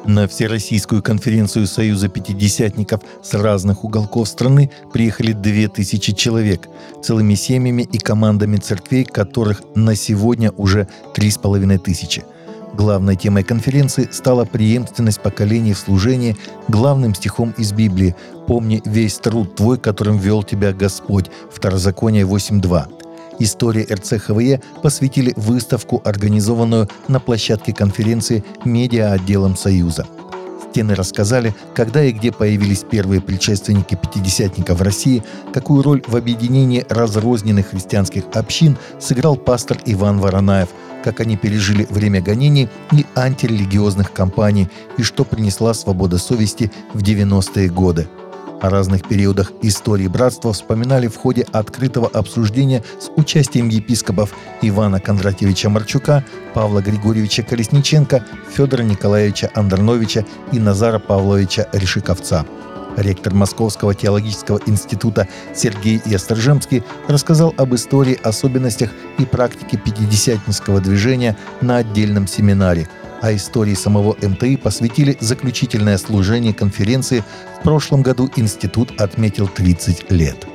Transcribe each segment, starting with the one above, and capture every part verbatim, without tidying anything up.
На Всероссийскую конференцию Союза Пятидесятников с разных уголков страны приехали две тысячи человек, целыми семьями и командами церквей, которых на сегодня уже три с половиной тысячи. Главной темой конференции стала преемственность поколений в служении главным стихом из Библии «Помни весь труд твой, которым вел тебя Господь» Второзаконие восемь два. Истории эр цэ ха вэ е посвятили выставку, организованную на площадке конференции медиа-отделом Союза. Стены рассказали, когда и где появились первые предшественники пятидесятников в России, какую роль в объединении разрозненных христианских общин сыграл пастор Иван Воронаев, как они пережили время гонений и антирелигиозных кампаний и что принесла свобода совести в девяностые годы. О разных периодах истории братства вспоминали в ходе открытого обсуждения с участием епископов Ивана Кондратьевича Марчука, Павла Григорьевича Колесниченко, Федора Николаевича Андерновича и Назара Павловича Решиковца. Ректор Московского теологического института Сергей Ястржемский рассказал об истории, особенностях и практике пятидесятнического движения на отдельном семинаре. А истории самого эм тэ и посвятили заключительное служение конференции. В прошлом году институт отметил тридцать лет.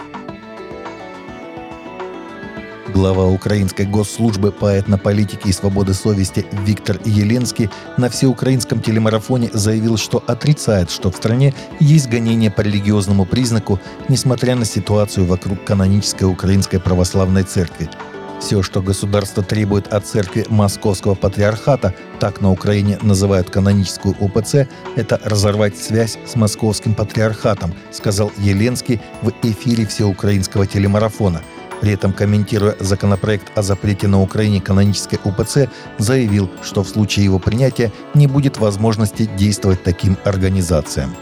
Глава Украинской госслужбы по этнополитике и свободе совести Виктор Еленский на всеукраинском телемарафоне заявил, что отрицает, что в стране есть гонения по религиозному признаку, несмотря на ситуацию вокруг канонической Украинской православной церкви. Все, что государство требует от церкви Московского патриархата, так на Украине называют каноническую о пэ цэ, это разорвать связь с Московским патриархатом, сказал Еленский в эфире всеукраинского телемарафона. При этом, комментируя законопроект о запрете на Украине канонической о пэ цэ, заявил, что в случае его принятия не будет возможности действовать таким организациям.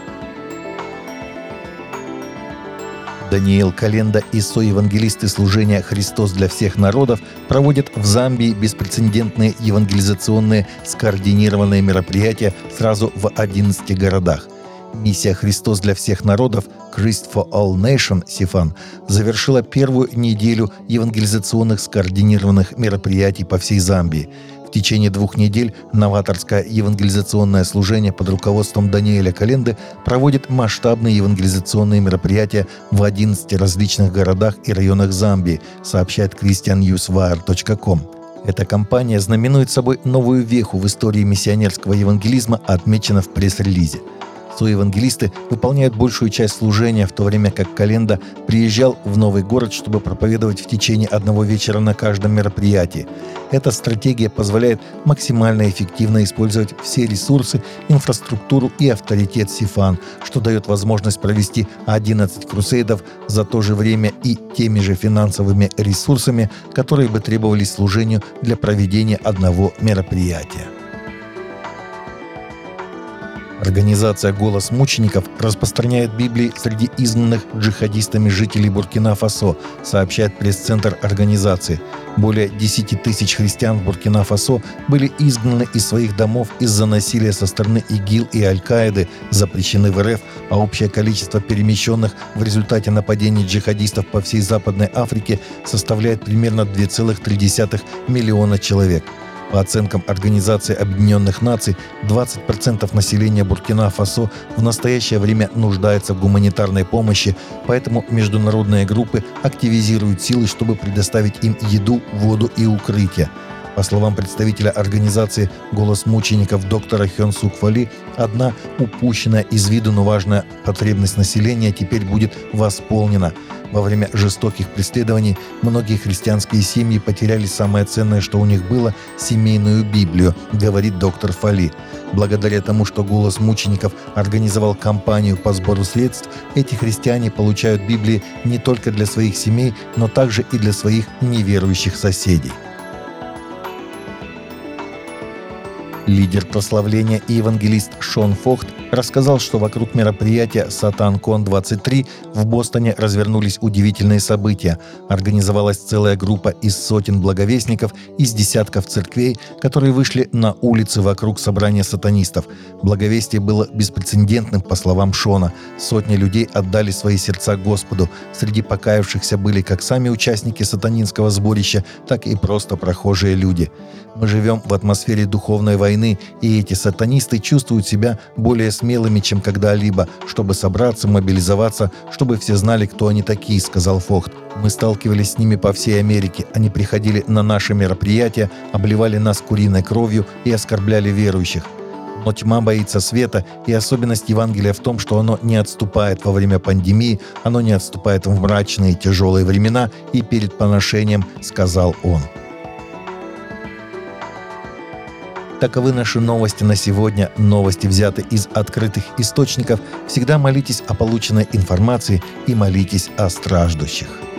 Даниил Календа и соевангелисты служения «Христос для всех народов» проводят в Замбии беспрецедентные евангелизационные скоординированные мероприятия сразу в одиннадцати городах. Миссия «Христос для всех народов» Christ for All Nation Сифан завершила первую неделю евангелизационных скоординированных мероприятий по всей Замбии. В течение двух недель новаторское евангелизационное служение под руководством Даниэля Календы проводит масштабные евангелизационные мероприятия в одиннадцати различных городах и районах Замбии, сообщает кристиан ньюс вайр точка ком. Эта кампания знаменует собой новую веху в истории миссионерского евангелизма, отмечено в пресс-релизе. Соевангелисты выполняют большую часть служения, в то время как Календа приезжал в новый город, чтобы проповедовать в течение одного вечера на каждом мероприятии. Эта стратегия позволяет максимально эффективно использовать все ресурсы, инфраструктуру и авторитет Сифан, что дает возможность провести одиннадцать крусейдов за то же время и теми же финансовыми ресурсами, которые бы требовались служению для проведения одного мероприятия. Организация «Голос мучеников» распространяет Библии среди изгнанных джихадистами жителей Буркина-Фасо, сообщает пресс-центр организации. Более десяти тысяч христиан в Буркина-Фасо были изгнаны из своих домов из-за насилия со стороны ИГИЛ и Аль-Каиды, запрещены в эр эф, а общее количество перемещенных в результате нападений джихадистов по всей Западной Африке составляет примерно два целых три десятых миллиона человек. По оценкам Организации Объединенных Наций, двадцать процентов населения Буркина-Фасо в настоящее время нуждается в гуманитарной помощи, поэтому международные группы активизируют силы, чтобы предоставить им еду, воду и укрытие. По словам представителя организации «Голос мучеников» доктора Хён Сук Фали, одна упущенная из виду, но важная потребность населения теперь будет восполнена. Во время жестоких преследований многие христианские семьи потеряли самое ценное, что у них было – семейную Библию, говорит доктор Фали. Благодаря тому, что «Голос мучеников» организовал кампанию по сбору средств, эти христиане получают Библии не только для своих семей, но также и для своих неверующих соседей. Лидер прославления и евангелист Шон Фохт рассказал, что вокруг мероприятия «Сатан-Кон двадцать три» в Бостоне развернулись удивительные события. Организовалась целая группа из сотен благовестников из десятков церквей, которые вышли на улицы вокруг собрания сатанистов. Благовестие было беспрецедентным, по словам Шона. Сотни людей отдали свои сердца Господу. Среди покаявшихся были как сами участники сатанинского сборища, так и просто прохожие люди. Мы живем в атмосфере духовной войны, и эти сатанисты чувствуют себя более смелыми, чем когда-либо, чтобы собраться, мобилизоваться, чтобы все знали, кто они такие, сказал Фохт. Мы сталкивались с ними по всей Америке. Они приходили на наши мероприятия, обливали нас куриной кровью и оскорбляли верующих. Но тьма боится света, и особенность Евангелия в том, что оно не отступает во время пандемии, оно не отступает в мрачные тяжелые времена и перед поношением, сказал он. Таковы наши новости на сегодня. Новости взяты из открытых источников. Всегда молитесь о полученной информации и молитесь о страждущих.